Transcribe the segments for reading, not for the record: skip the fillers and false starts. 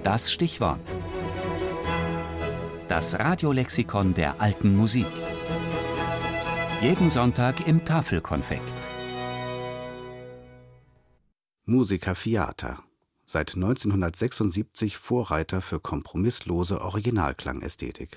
Das Stichwort. Das Radiolexikon der alten Musik. Jeden Sonntag im Tafelkonfekt. Musica Fiata. Seit 1976 Vorreiter für kompromisslose Originalklangästhetik.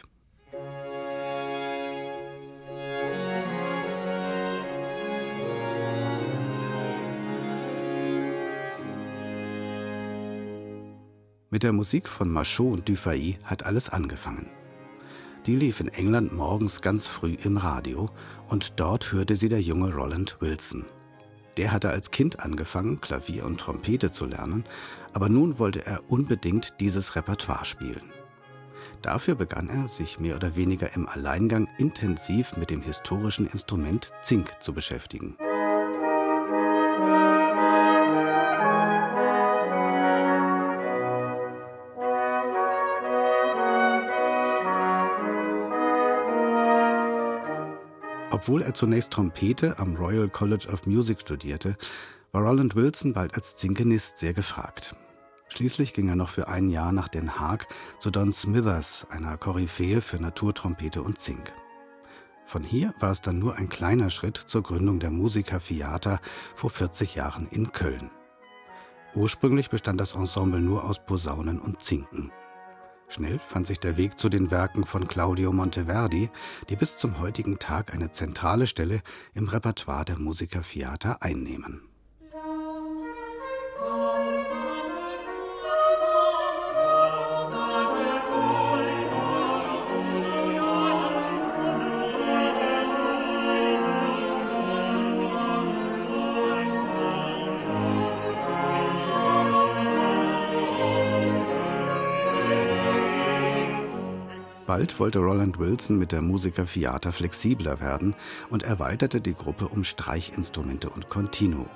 Mit der Musik von Machaut und Dufay hat alles angefangen. Die lief in England morgens ganz früh im Radio und dort hörte sie der junge Roland Wilson. Der hatte als Kind angefangen, Klavier und Trompete zu lernen, aber nun wollte er unbedingt dieses Repertoire spielen. Dafür begann er, sich mehr oder weniger im Alleingang intensiv mit dem historischen Instrument Zink zu beschäftigen. Obwohl er zunächst Trompete am Royal College of Music studierte, war Roland Wilson bald als Zinkenist sehr gefragt. Schließlich ging er noch für ein Jahr nach Den Haag zu Don Smithers, einer Koryphäe für Naturtrompete und Zink. Von hier war es dann nur ein kleiner Schritt zur Gründung der Musica Fiata vor 40 Jahren in Köln. Ursprünglich bestand das Ensemble nur aus Posaunen und Zinken. Schnell fand sich der Weg zu den Werken von Claudio Monteverdi, die bis zum heutigen Tag eine zentrale Stelle im Repertoire der Musica Fiata einnehmen. Bald wollte Roland Wilson mit der Musica Fiata flexibler werden und erweiterte die Gruppe um Streichinstrumente und Continuo.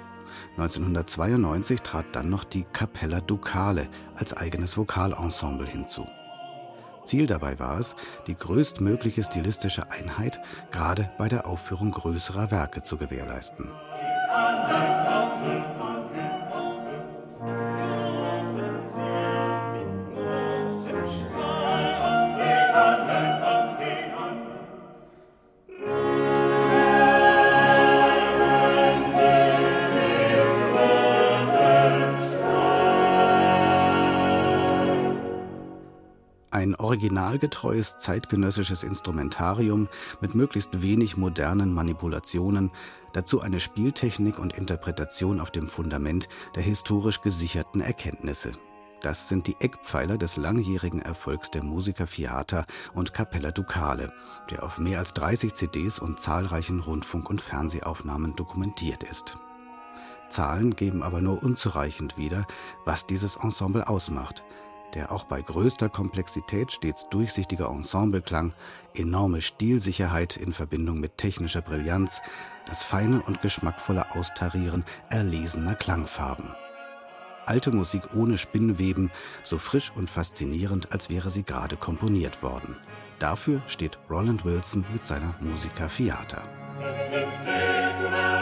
1992 trat dann noch die Cappella Ducale als eigenes Vokalensemble hinzu. Ziel dabei war es, die größtmögliche stilistische Einheit gerade bei der Aufführung größerer Werke zu gewährleisten. Ein originalgetreues zeitgenössisches Instrumentarium mit möglichst wenig modernen Manipulationen, dazu eine Spieltechnik und Interpretation auf dem Fundament der historisch gesicherten Erkenntnisse. Das sind die Eckpfeiler des langjährigen Erfolgs der Musica Fiata und Cappella Ducale, der auf mehr als 30 CDs und zahlreichen Rundfunk- und Fernsehaufnahmen dokumentiert ist. Zahlen geben aber nur unzureichend wieder, was dieses Ensemble ausmacht. Der auch bei größter Komplexität stets durchsichtige Ensembleklang, enorme Stilsicherheit in Verbindung mit technischer Brillanz, das feine und geschmackvolle Austarieren erlesener Klangfarben. Alte Musik ohne Spinnweben, so frisch und faszinierend, als wäre sie gerade komponiert worden. Dafür steht Roland Wilson mit seiner Musica Fiata.